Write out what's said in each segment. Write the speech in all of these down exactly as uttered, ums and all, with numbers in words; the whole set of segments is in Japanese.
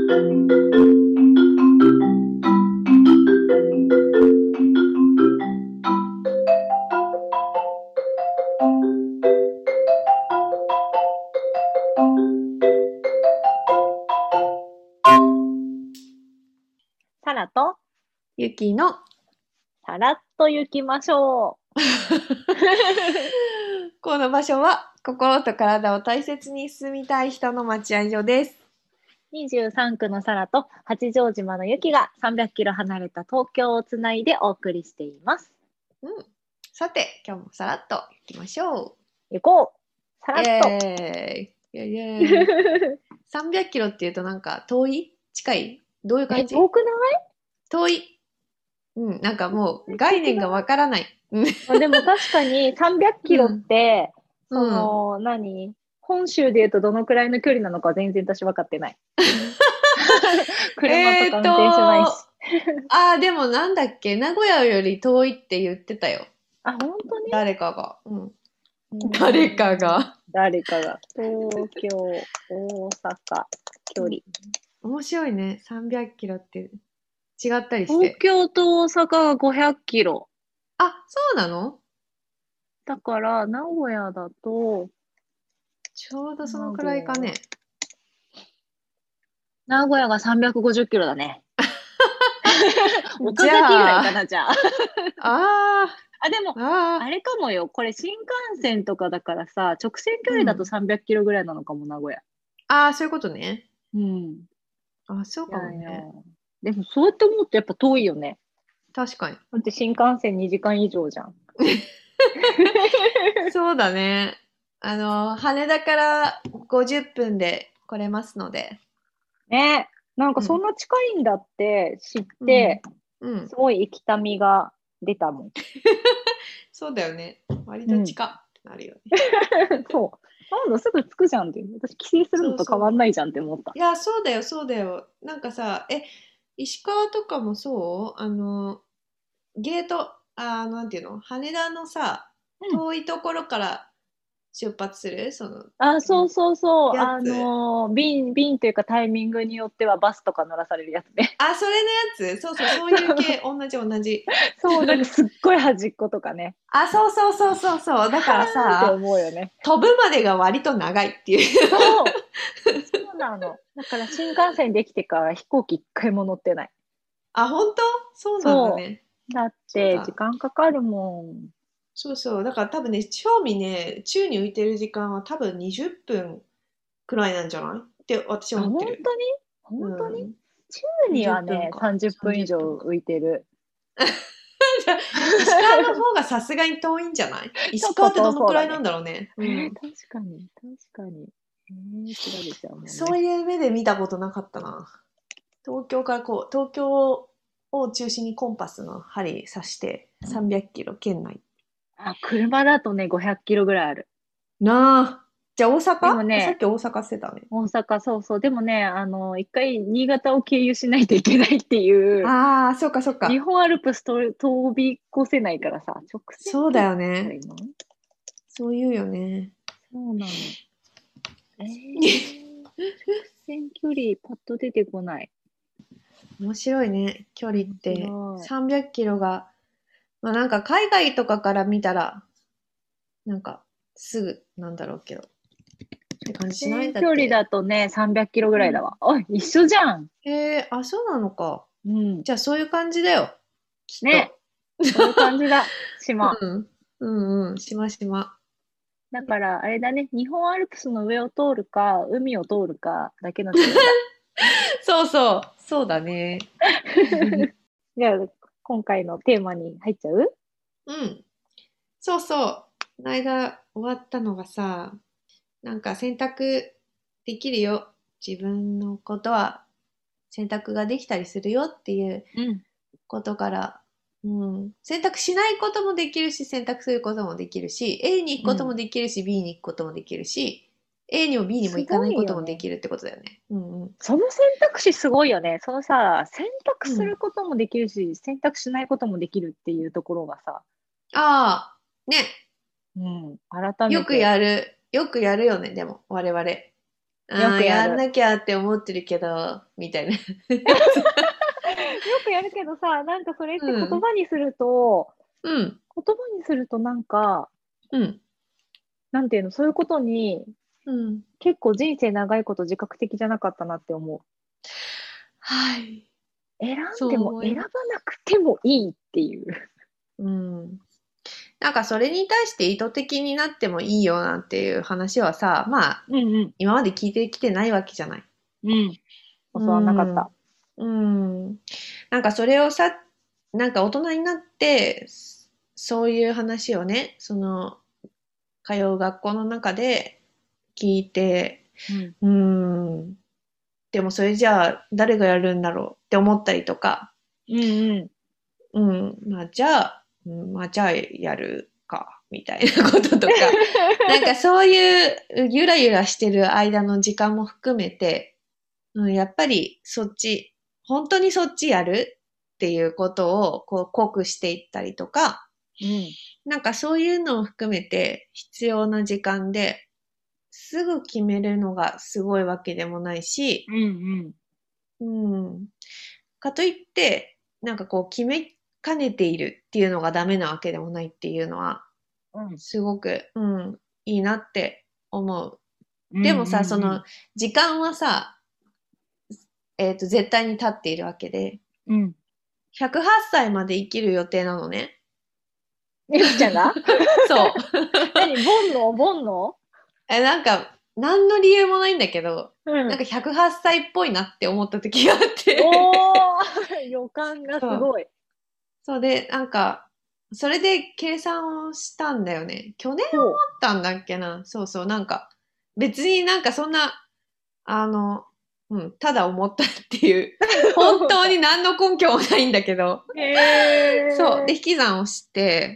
サラとゆきのさらっと行きましょう。 この場所は心と体を大切に住みたい人の待合所です。 にじゅうさんくのサラと八丈島のゆきがさんびゃくキロ離れた東京をつないでお送りしています。 うん、さて今日もさらっと行きましょ行こう。さう。 らっと。 イエーイイエーイイエーイさんびゃくキロっていうとなんか遠い近いどういうえ、 感じ？ 遠くない？ 遠い。うん、なんかもう概念がわからない。 まあでも確かにさんびゃくキロって、 うん、 その、何本州で言うとどのくらいの距離なのか全然私分かってない。車とか運転しないし。 あーでもなんだっけ、名古屋より遠いって言ってたよ。 あ、本当に？ 誰かが。うん。 うん誰かが。 誰かが。東京、大阪、距離。 面白いね。さんびゃくキロって違ったりし東て。 京と大阪がごひゃくキロ。 あ、そうなの？ だから、名古屋だと、 ちょうどそのくらいかね。 名古屋がさんびゃくごじゅっキロだね。岡じ崎ぐらいゃあ、 かな、じゃあ。 ああ、でも、 ー、ああれかもよ。これ新幹線とかだからさ、直線距ー、 離だとうん。 さんびゃくキロぐらいなのかも、名古屋。 あー、そういうことね。 うん。 あ、そうかいやいや。 もね。 でも、そうやって思うとやっぱ遠いよね。 確かに。 だって新幹線にじかん以上じゃん。 そうだね。あの、羽田からごじゅっぷんで来れますので。 ね。なんかうん。 そんな近いんだって知っうん。 て、 うん。 すごい行きたみが出たもん。 そうだよね。割うん。 と近ってなるよね。 そう。なんだ、すぐ着くじゃんって。私、帰省するのと変わんそうそう。 ないじゃんって思った。 いや、そうだよ、そうだよ。なんかさ、え、石川とかもそうあの、ゲート、あー、なんていうの羽田のさ、 うん。 遠いところから出発するその、 あ、そうそうそう。あやつ。 のー、便、便というかタイミングによってはバスとか乗らされるやつね。 あ、それのやつそうそう、そういう系、同じ同じ。 そう、なんかすっごい端っことかね。 あ、そうそうそうそうそう。だからはーんってさ、 思うよね。 飛ぶまでが割と長いっていう。 そう。そうなの。だから新幹線できてから飛行機一回も乗ってない。 あ、本当？そうなんだそね。 う。だって時そうだ。 間かかるもん。 そうそう。だから多分ね、正味ね、宙に浮いてる時間は多分にじゅっぷんくらいなんじゃないって私あ、 は思ってる。 本当に？本う当に？ ん。 宙に 20 はね、 分か。 30分以 30 上分か。 浮いてる。 じゃあ石川の方がさすがに遠いんじゃない？ ちょ石川ってどっと遠のくらいなんそうだね。 だろうね。うえー、 ん。 確かに、確かに。えー、調べちゃうもんね。 そういう目で見たことなかったな。東京からこう、東京を中心にコンパスの針刺してさんびゃくキロ圏内。 あ、車だとね、ごひゃくキロぐらいある。 なあ。じゃあ大阪？ でもね、 あ、さっき大阪してたね。 大阪、そうそう。でもね、あの、一回新潟を経由しないといけないっていう、 ああ、そっかそっか。 日本アルプスと飛び越せないからさ、直線そうだ距離っよね。 て言ったらいいの？ そう言うよね。 そうなの。えー、直線距離、パッと出てこない。 面白いね。距離っ面て。 白い。 さんびゃくキロが、まあなんか海外とかから見たら、なんかすぐなんだろうけど。って感じしない？ 直線距離だって。 だとね、さんびゃくキロぐうん。 らいだわ。あ、一緒じゃん。 へえ、あ、そうなのか。 うん。 じゃあそういう感じだよ。きっね、 と。 そういう感じだ。島。 うん。うんうん。しましま。 だから、あれだね、日本アルプスの上を通るか、海を通るかだけの違いだ。 そうそう。そうだね。 じゃあ、今回のテーマに入っちゃう？ うん。そうそう。この間終わったのがさ、なんか選択できるよ。自分のことは選択ができたりするよっていううん。 ことから、うん、選択しないこともできるし、選択することもできるし、A に行くこともうん。 できるし、B に行くこともできるし、A にも B にもすご行かないこいよね。 ともできるってことだよね。うんうん。 その選択肢すごいよね。そのさ、選択するうん。 こともできるし、選択しないこともできるっていうところがさ、 ああ、ね。 うん、改めよくて、 やる。よくやるよね、でも、我々。 よああ、 くやる。 やんなきゃって思ってるけど、みたいな。 よくやるけどさ、なんかそれって言うん。 葉にすると、 うん。 言葉にするとなんか、 うん。 なんていうの、そういうことにうん。 結構人生長いこと自覚的じゃなかったなって思う。 はい。 選んそうでも選ば思います。 なくてもいいっていう。 うん。なんかそれに対して意図的になってもいいよなんていう話はさ、まあ、 うんうん。 今まで聞いてきてないわけじゃない。 うん。 う教わんなかっん。 た。 うん。なんかそれをさ、なんか大人になって、そういう話をね、その、通う学校の中で聞いて、 うん。 うーん、でもそれじゃあ誰がやるんだろうって思ったりとか、 うんうん。 うん、まあじゃあ、うん、まあじゃあやるか、みたいなこととか、なんかそういうゆらゆらしてる間の時間も含めて、うん、やっぱりそっち、本当にそっちやるっていうことをこう濃くしていったりとか、 うん。 なんかそういうのを含めて必要な時間ですぐ決めるのがすごいわけでもないし、 うんうん。かといって、なんかこう決めかねているっていうのがダメなわけでもないっていうのは、 うん。 すごく、うん、いいなって思う。 うんでもさ、 うんうん。 その、時間はさ、えっと、絶対に経っているわけで、 うん。 ひゃくはっさいまで生きる予定なのね。 ゆきちゃんがそう。 何煩悩煩悩え、なんか、何の理由もないんだけど、 うん。 なんかひゃくはっさいっぽいなって思った時があって。 おー予感がそう。 すごい。 そうで、なんか、それで計算をしたんだよね。去年ほう。 あったんだっけな。そうそう、なんか、別になんかそんな、あの、うん、ただ思ったっていう、本当に何の根拠もないんだけど、 へそう。で、 え。 引き算をして、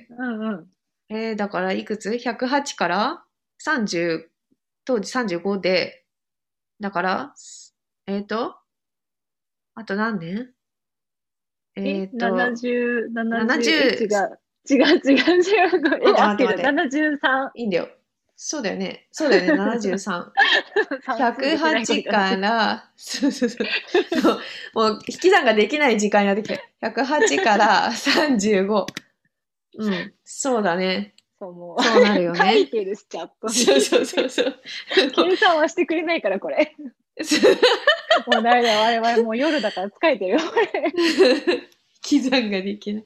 うんうん。 えー、だからいくつ ?ひゃくはち からさんじゅう、当時さんじゅうごで、だから、えっ、ー、と、あと何年え、 えっ、ー、と、 ななじゅう、ななじゅう、え、違ななじゅう、 う。違う違う違う。え、 待って合ってる。 待って待って。 ななじゅうさん。 いいんだよ。そうだよね。そうだよね。ななじゅうさん。 算数できない声ひゃくはちが出てる。 から、そうそうそう。もう、もう引き算ができない時間になってきて。ひゃくはちからさんじゅうご。うん。そうだね。 そう、もう、 そうなるよね。 書いてるし、チャットに。 そうそうそうそう。 計算はしてくれないから、これ。もうダメだよ。我々もう夜だから疲れてるよ、これ。 引き算ができない。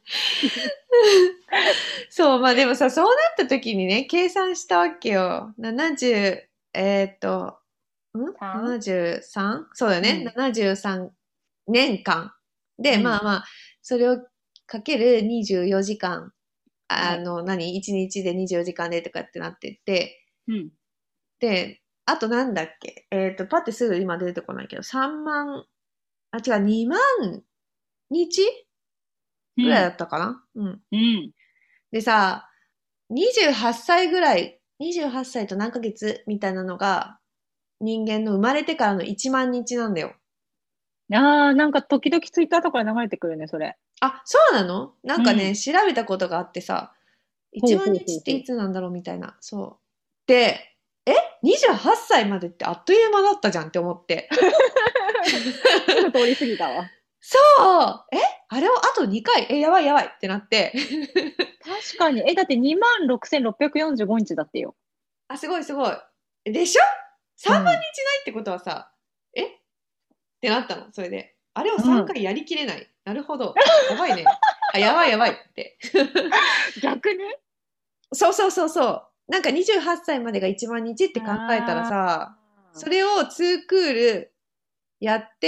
そう、まあでもさ、そうなった時にね、計算したわけよ。ななじゅう、えーっと、んさん? ?ななじゅうさん? そうだよね。 うん。 ななじゅうさんねんかん。で、 うん。 まあまあ、それをかけるにじゅうよじかん。 はい。 あの、何 ?いち 日でにじゅうよじかんでとかってなってて、 うん。 で、あとなんだっけえっと、パってすぐ今出てこないけど、さんまん、あ、違う、にまん日ぐらいだうん。 ったかなうん。 うん。 でさ、にじゅうはっさいぐらい、にじゅうはっさいと何ヶ月みたいなのが、人間の生まれてからのいちまん日なんだよ。 ああ、なんか時々ツイッターとかで流れてくるね、それ。 あ、そうなのなんかね、 うん。 調べたことがあってさ、1 ほう万ほうほうほう。 日っていつなんだろうみたいな。そう。で、え ?にじゅうはっさいまでってあっという間だったじゃんって思って。 すぐ通り過ぎたわ。 そうえあれをあとにかいえ、やばいやばいってなって。 確かに。え、だってにまんろくせんろっぴゃくよんじゅうごにちだってよ。 あ、すごいすごい。でしょ ?さん 万日うん。 ないってことはさ、えってなったの、それで。あれを3 うん。 回やりきれない。なるほど。やばいね。あ、やばいやばいって。 逆にそうそうそうそう。なんかにじゅうはっさいまでがいちまん日って考えたらあさ、そあ。 れをにクールやって、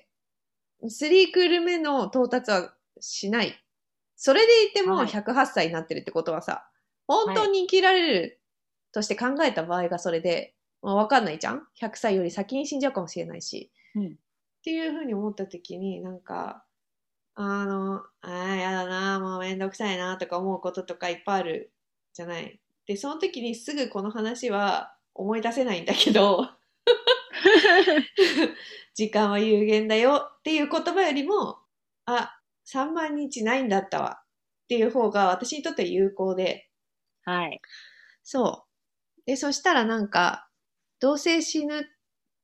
さんクール目の到達はしない。それでいてもはい。 ひゃくはっさいになってるってことはさ、本はい。 当に生きられるとして考えた場合がそれで、まあ、わかんないじゃん ?ひゃく 歳より先に死んじゃうかもしれないし。 うん。 っていうふうに思った時に、なんか、あの、ああ、やだな、もうめんどくさいな、とか思うこととかいっぱいあるじゃない。で、その時にすぐこの話は思い出せないんだけど、時間は有限だよっていう言葉よりも、あ、さんまん日ないんだったわっていう方が私にとっては有効で、 はい。 そう。で、そしたらなんか、どうせ死ぬ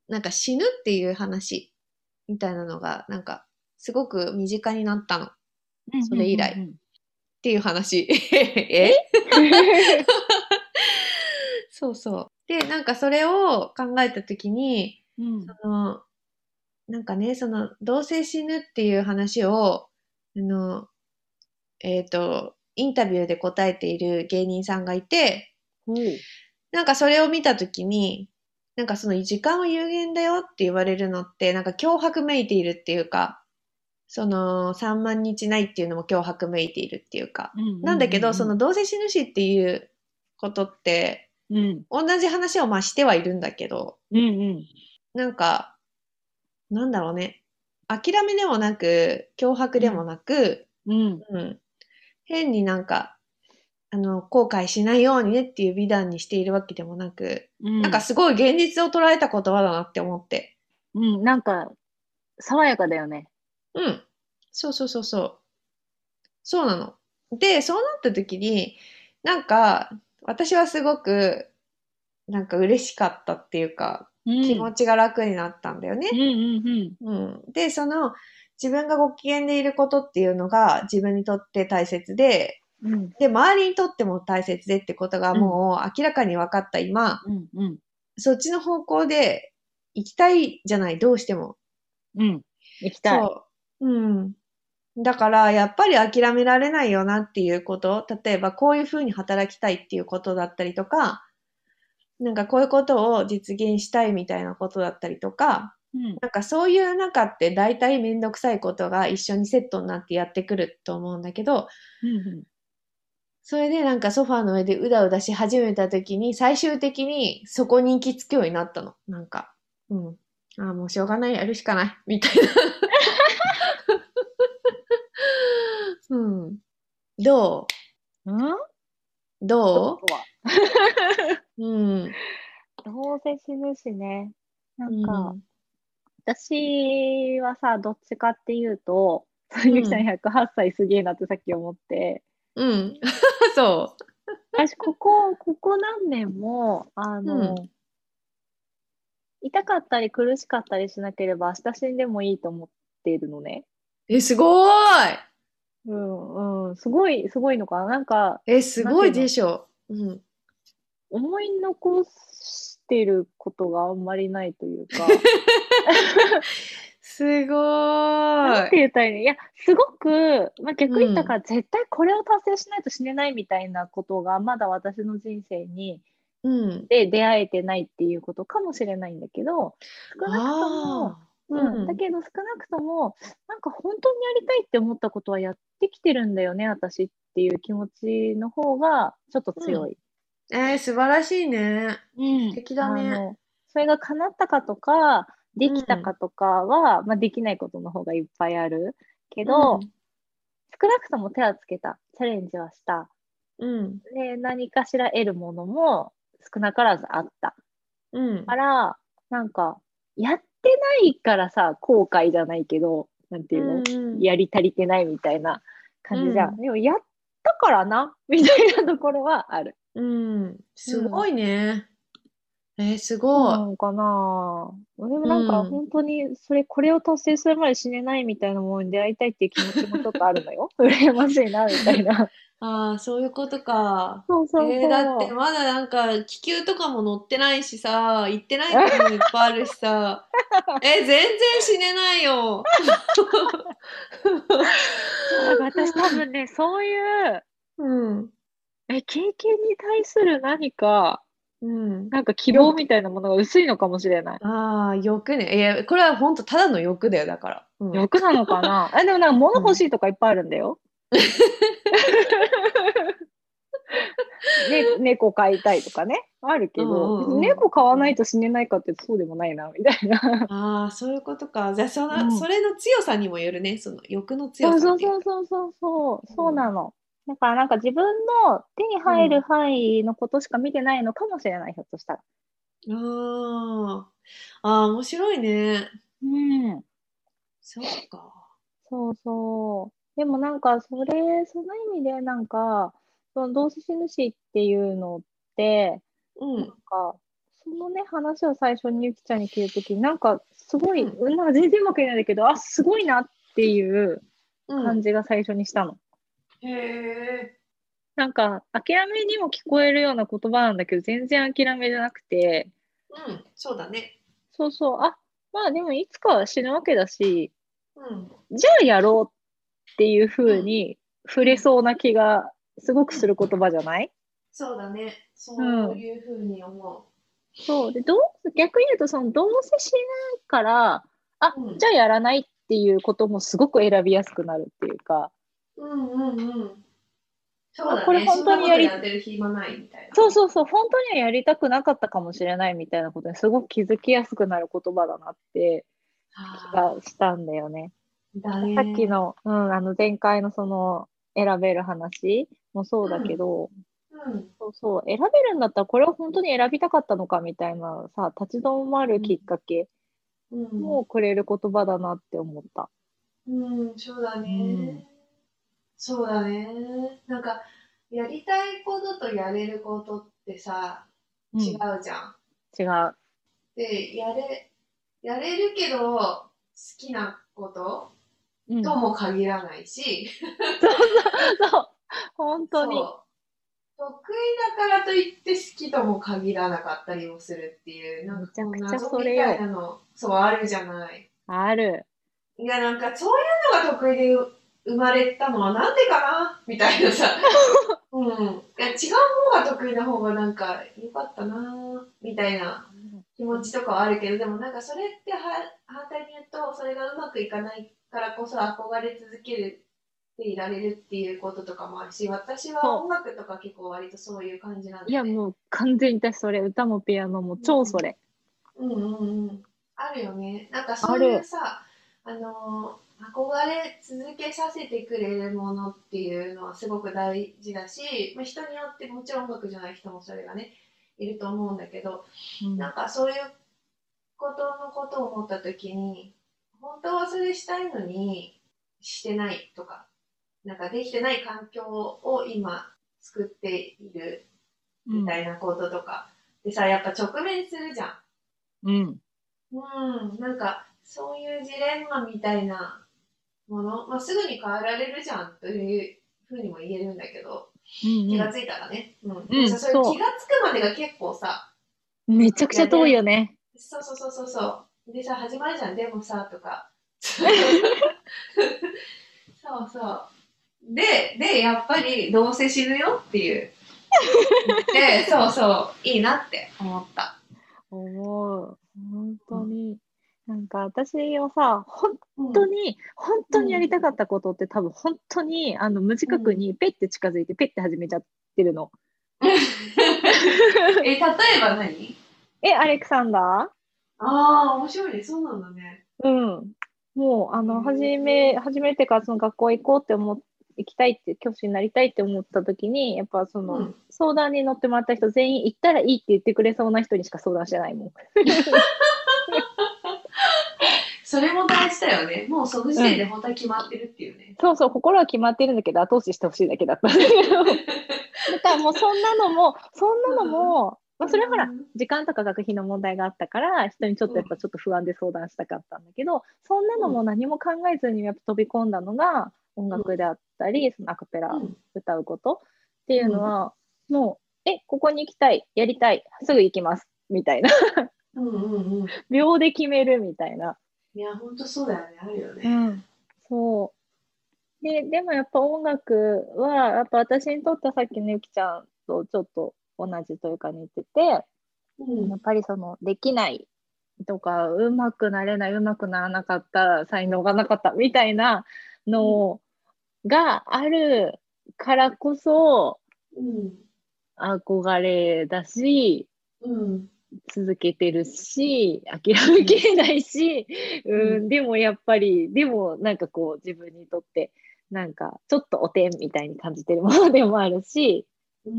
なんか死ぬっていう話みたいなのが、なんかすごく身近になったの。 うんそれ以来。 うんうんっていう話。 うん。 ええそうそう。で、なんかそれを考えたときに、 うん。 その、なんかね、その、どうせ死ぬっていう話を、あの、えっと、インタビューで答えている芸人さんがいて、 ほう。 なんかそれを見たときに、なんかその時間は有限だよって言われるのって、なんか脅迫めいているっていうか、そのさんまん日ないっていうのも脅迫めいているっていうか。 うんうんなんだけど、そうんのどうせ死ぬしっていうことって、 うん。うん。 同じ話をまあしてはいるんだけど、 うんうん。 なんか、なんだろうね。諦めでもなく、脅迫でもうん。 なく、 うん。 うん。変になんか、あの、後悔しないようにねっていう美談にしているわけでもなく、なんかうん。 すごい現実を捉えた言葉だなって思って。 うん。なんか、爽やかだよね。 うん。そうそうそうそう。そうなの。で、そうなった時に、なんか、私はすごく、なんか嬉しかったっていうか、 うん。 気持ちが楽になったんだよね。 うんうんうん。 うん。で、その、自分がご機嫌でいることっていうのが自分にとって大切で、 うん。 で、周りにとっても大切でってことがうん。 もう明らかに分かった今、 うん。うん。 そっちの方向で行きたいじゃない、どうしても。 うん。行きたい。 そう。うん。だから、やっぱり諦められないよなっていうこと、例えばこういうふうに働きたいっていうことだったりとか、なんかこういうことを実現したいみたいなことだったりとか、 うん。 なんかそういう中って大体めんどくさいことが一緒にセットになってやってくると思うんだけど、 うん。うん。 それでなんかソファーの上でうだうだし始めた時に最終的にそこに行き着くようになったの。なんか、うん。ああ、もうしょうがない、やるしかない、みたいな。うん。どうん。 うとどは。 ううん。 どうせ死ぬしね。なうんか、 ん。 私はさ、どっちかっていうと、ゆきさんうん。 ひゃくはっさいすげえなってさっき思って、 うん。そ私、ここ、ここ何年も、あう。うん。 の、痛かったり苦しかったりしなければ明日死んでもいいと思っているのね。 え、すごーい。 うんうん。すごい、すごいのかな。なんか、 え、すごいでなんていうの、 しょ。うん。 思い残してることがあんまりないというか、 すごなんてーい。 言ったらいいの。いや、すごく、まあ、逆に言ったうん。 から絶対これを達成しないと死ねないみたいなことがまだ私の人生にうん。 で出会えてないっていうことかもしれないんだけど、少なくとも、 ああ。ううん、だん。 けど少なくとも、なんか本当にやりたいって思ったことはやってきてるんだよね、私っていう気持ちの方がちょっとうん。 強い。 えー、素晴らしいね。素うん。 敵だね。 あの、それが叶ったかとか、できたかうん。 とかは、まあ、できないことの方がいっぱいあるけうど、 ん。 少なくとも手はつけた。チャレンジはした。 うん。 で、何かしら得るものも少なからずあった。 うん。 から、なんか、やってないからさ、後悔じゃないけど、なんてういうの、 ん。 やり足りてないみたいなう感じじゃん。 ん。 でも、やったからな、みたいなところはある。 うん。 うん。 すごいね。えー、すごい。 そうなのかな。でもうなんか、 ん。 本当に、それ、これを達成するまで死ねないみたいなものに出会いたいっていう気持ちもちょっとあるのよ。羨ましいな、みたいな。 ああ、そういうことか。 そうそうえー、だってそう。 まだなんか気球とかも乗ってないしさ、行ってない国もいっぱいあるしさ、え、全然死ねないよ。 そう、だから私多分ね、そういう、 うん、 え、経験に対する何か、 うん。 なんか希望み欲、 たいなものが薄いのかもしれない。 ああ、欲ね。いや、これは本当ただの欲だよ、だから。うん。 欲なのかな。え、でもなんか物うん。 欲しいとかいっぱいあるんだよ。ね、猫飼いたいとかね。あるうんけど、別にうん猫飼わうん。うん。 ないと死ねないかってそうでもないな、みたいな。 ああ、そういうことか。じゃあ、その、 うん。 それの強さにもよるね。その欲の強そうそうさっていうか。 そうそうそうそう、 うん。 そうなの。だからなんか自分の手に入るうん。 範囲のことしか見てないのかもしれない、ひょっとしたら。 ああ、ああ、面白いね。 うん。 そっか。 そうそう。でもなんか、それ、その意味でなんか、その同志死ぬしっていうのって、なんうん。 か、 そのね、話を最初にゆきちゃんに聞いたとき、なんかすごい、 うんなんか全然うまく言えないんだけど、あ、すごいなっていううん感じが最初にしたの。 へえなんか、諦めにも聞こえるような言葉なんだけど、全然諦めじゃなくて、 うんそうだねそうそう、あ、まあでもいつかは死ぬわけだし、 うんじゃあやろうっていう風うんに触れそうな気がすごくうんする言葉じゃない？ そうだねうそうん。 いうふうに思そう。で、どう、逆に言うと、その、どうせしないから、あ、 ううんじゃあやらないっていうこともすごく選びやすくなるっていうか、 うんうんうんそうあ、 だこれ本ねそんなこと当にやり、 やってる暇ないみたいなそうそうそう、本当にはやりたくなかったかもしれないみたいなことにすごく気づきやすくなる言葉だなって気がああしたんだよね。 ださっきねの、うん、あの前回のその選べる話もそうだけうんど、 うんそうそう、選べるんだったらこれを本当に選びたかったのかみたいなさ、立ち止まるきっかけうんもくれる言葉だなって思った。 うんそうだうん。 ねそうだねなんかやりたいこととやれることってさ違うん。 うじゃん違う。 でやれやれるけど好きなことうん。 とも限らないしそうそうそう。本当に。 そう得意だからといって好きとも限らなかったりもするっていう、なんめかこうちゃくちゃ謎みたいそれよ。 なの、そうあるじゃない。 ある。 いや、なんかそういうのが得意で生まれたのはなんでかなみたいなさ。うん。いや、違う方が得意な方がなんか良かったなみたいな気持ちとかはあるけど、でもなんかそれっては反対に言うと、それがうまくいかないからこそ憧れ続けるっていられるっていうこととかもあるし、私はそ音楽とか結構割とそういう感じなんう。いや、 だよね。 もう完全に私それ、歌もピアノも超そうんれ。 うんうんうん。あるよね。なんかそういうある。 さ、あのー憧れ続けさせてくれるものっていうのはすごく大事だし、まあ、人によってもちろん音楽じゃない人もそれがね、いると思うんだけど、 うん。 なんかそういうことのことを思った時に、本当はそれしたいのにしてないとか、なんかできてない環境を今作っているうん。 みたいなこととかでさ、やっぱ直面するじゃん。 うん。 うん、なんかそういうジレンマみたいなもの、まあ、すぐに変えられるじゃんというふうにも言えるんだけど、 うんうん。 気がついたらね。うん。でもさ、 うん。 そういう気そがつくまでが結構さ、 う。めちゃくちゃいやでも、 遠いよね。 そうそうそうそうそう。でさ、始まるじゃん、でもさ、とか。そうそう。で、で、やっぱりどうせ死ぬよっていう。で、そうそう、いいなって思った。 思う。本うん。 当に。なんか私はさ、本うん。 当に、本当にやりうん。 たかったことって多分本当にあの無自覚うん。 にペッて近づいてペッて始めちゃってるの。 え、例えば何え、アレクサンダああ、面白いね。そうなんだね。 ーうん。もう、あへの、初め、 え。 初めてからその学校行こうって思っ、行きたいって、教師になりたいって思った時に、やっぱその、 うん。 相談に乗ってもらった人全員行ったらいいって言ってくれそうな人にしか相談してないもん。 それも大事だよね。もうその時うん。 点で本当は決まってるっていうね。 そうそう、心は決まってるんだけど、後押ししてほしいだけだったんだけど。だからもうそんなのも、そんなのも、まあ、それはほら、 うん。 時間とか学費の問題があったから、人にちょっとうん。 やっぱちょっと不安で相談したかったんだけど、そんなのうん。 も何も考えずにやっぱ飛び込んだのが音うん。 楽であったり、そのアカペラうん。 歌うことっていううん。 のは、もう、え、ここに行きたい、やりたい、すぐ行きます、みたいな。 うん。うん。 秒で決めるみたいな。 いや、本当そうだよね。あるよね。 うん。そう。で、でもやっぱ音楽は、やっぱ私にとってはさっきのゆきちゃんとちょっと同じというか似てて、やうん。 っぱりそのできないとか、うまくなれない、うまくならなかった、才能がなかったみたいなうん。 のがあるからこそうん。 憧れだし、 うん。 続けてるし、諦めきうん。 れないし、うん、 うん。 でもやっぱり、でもなんかこう自分にとって、なんかちょっとおてんみたいに感じてるものでもあるし、 うん。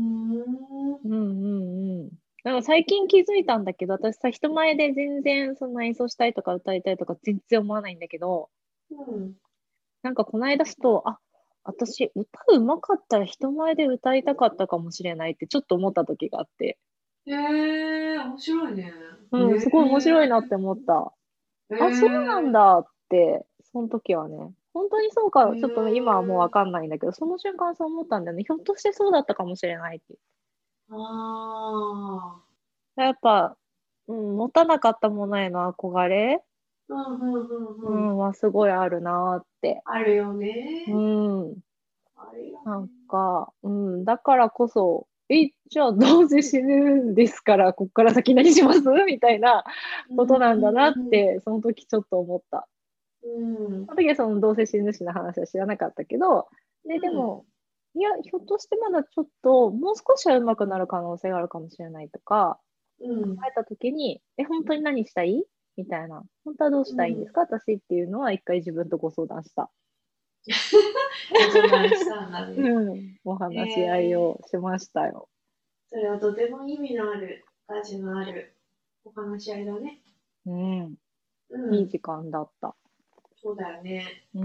うんうんうん。なんか最近気づいたんだけど、私さ、人前で全然そんな演奏したいとか歌いたいとか全然思わないんだけど、 うん。 なんかこの間ふと、あ、私歌うまかったら人前で歌いたかったかもしれないってちょっと思った時があって、 へえ、面白いね。 うん、すごい面白いなって思った。 へあ、そうなんえ、 だって、その時はね。本当にそうへか、ちょっと今はもうわえ、 かんないんだけど、その瞬間そう思ったんだよね。ひょっとしてそうだったかもしれないって。 ああ、 やっぱ、うん、持たなかったものへの憧れ、 うんうんうんうん。 うん、はすごいあるなって。 あるようね。 ん。 あるよなんね。 か、うん、だからこそ、え、じゃあどうせ死ぬんですから、こっから先何しますみたいなうんことなんだなっうんて、その時ちょっと思った。 うん。うん。 その時はそのどうせ死ぬしの話は知らなかったけど、で、でうん。 も、いや、ひょっとしてまだちょっと、もう少しは上手くなる可能性があるかもしれないとか、 うん。 考えた時に、え、本当に何したいみたいな。本当はどうしたいんですうん。 か私っていうのは一回自分とご相談した。 ご相談したんだね。 うん。おえ話し合いえ、 をしましたよ。 それはとても意味のある、価値のあるお話し合いだね。 うん。 うん。 いい時間だった。 そうだよね。 うん。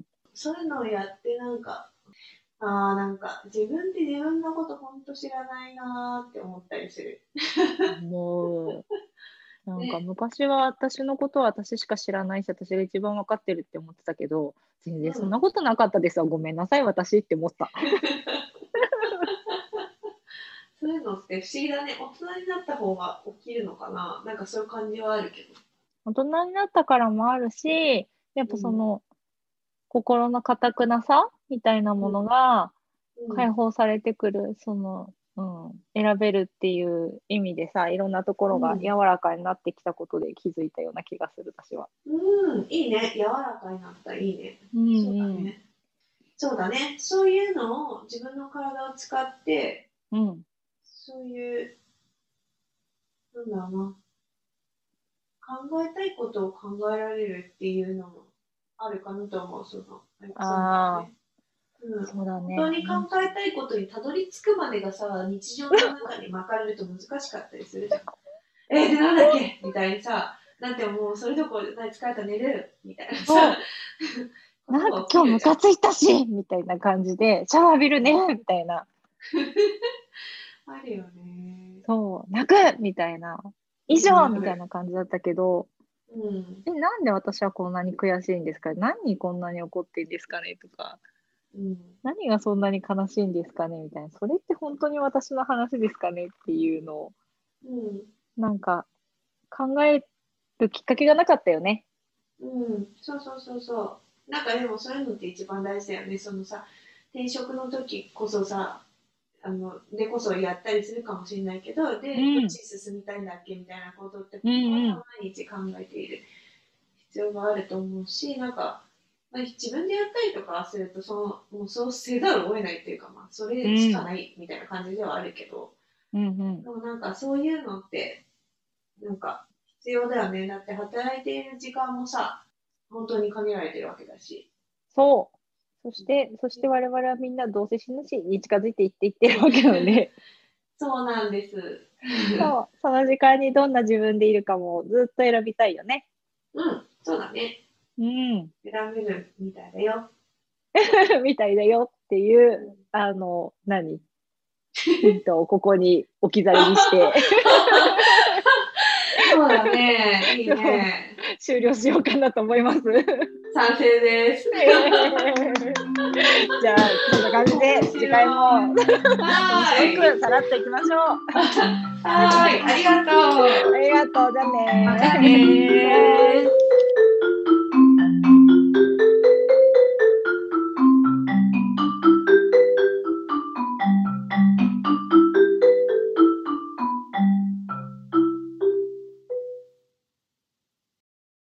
そういうのをやってなんか、ああ、なんか自分って自分のことほんと知らないなーって思ったりする。 もう、なんかね。 昔は私のことは私しか知らないし、私が一番わかってるって思ってたけど、全然そんなうん。 ことなかったですわ。ごめんなさい、私って思った。 そういうのって不思議だね。大人になった方が起きるのかな。なんかそういう感じはあるけど。 大人になったからもあるし、やっうん。 ぱその心の堅くなさみたいなもうん。 のがうん。 解放されてくる、その、うん、選べるっていう意味でさ、いろんなところが柔うん。 らかになってきたことで気づいたような気がする、私は。 うん。いいね。柔らかになったらいいね。 うそうだんうん。 ね。そうだね。そういうのを自分の体を使って、 うん。 そういう、なんだろうな。考えたいことを考えられるっていうのもあるかなと思う。その、アレクサンダーはああ、 ね。うん。 そうだ本当ね。 に考えたいことにたどり着くまでがさ、日常の中に巻かれると難しかったりするじゃん。えー、で、なんだっけみたいにさ、なんてもうそれどころで疲れた寝るみたいなさ、 そう。 ことがなんか起きるじゃん。 今日ムカついたしみたいな感じで、シャワー浴びるねうん、 みたいな。 あるよね。 そう、泣くみたいな。以うん、 上みたいわかる。 な感じだったけど、 うん。 え、なんで私はこんなに悔しいんですかね、何にこんなに怒ってんですかねとか、 うん。 何がそんなに悲しいんですかねみたいな。それって本当に私の話ですかねっていうのを、 うん。 なんか考えるきっかけがなかったよね。 うん。そうそうそうそう。なんかでもそういうのって一番大事だよね。そのさ、転職の時こそさ、あの、でこそやったりするかもしれないけど、で、どっうん、 ちに進みたいんだっけみたいなことってうん、 本当はうん、 毎日考えている必要があると思うし、なんか、まあ、自分でやったりとかすると、その、もうそうせざるを得ないっていうか、まあ、それしかうん、 ないみたいな感じではあるけど、 うん、うん。 でもなんかそういうのって、なんか必要だよね。だって働いている時間もさ、本当に限られてるわけだし。 そう。そして、そして我々はみんなどうせ死ぬしに近づいていっていってるわけなので、 そうなんです。 そう、その時間にどんな自分でいるかもずっと選びたいよね。 うん、そうだね。 うん。 選べるみたいだよ。 みたいだよっていうん、 う、あの、何ヒントをここに置き去りにしてそうだね。いいそう、 ね。 終了しようかなと思います。 賛成です。 じゃあ、そんな感じで面白い。 次回も面は白くーい。 さらっといきましょう。 はーい。ありがとう。 ありがとう。じゃあまたねねー。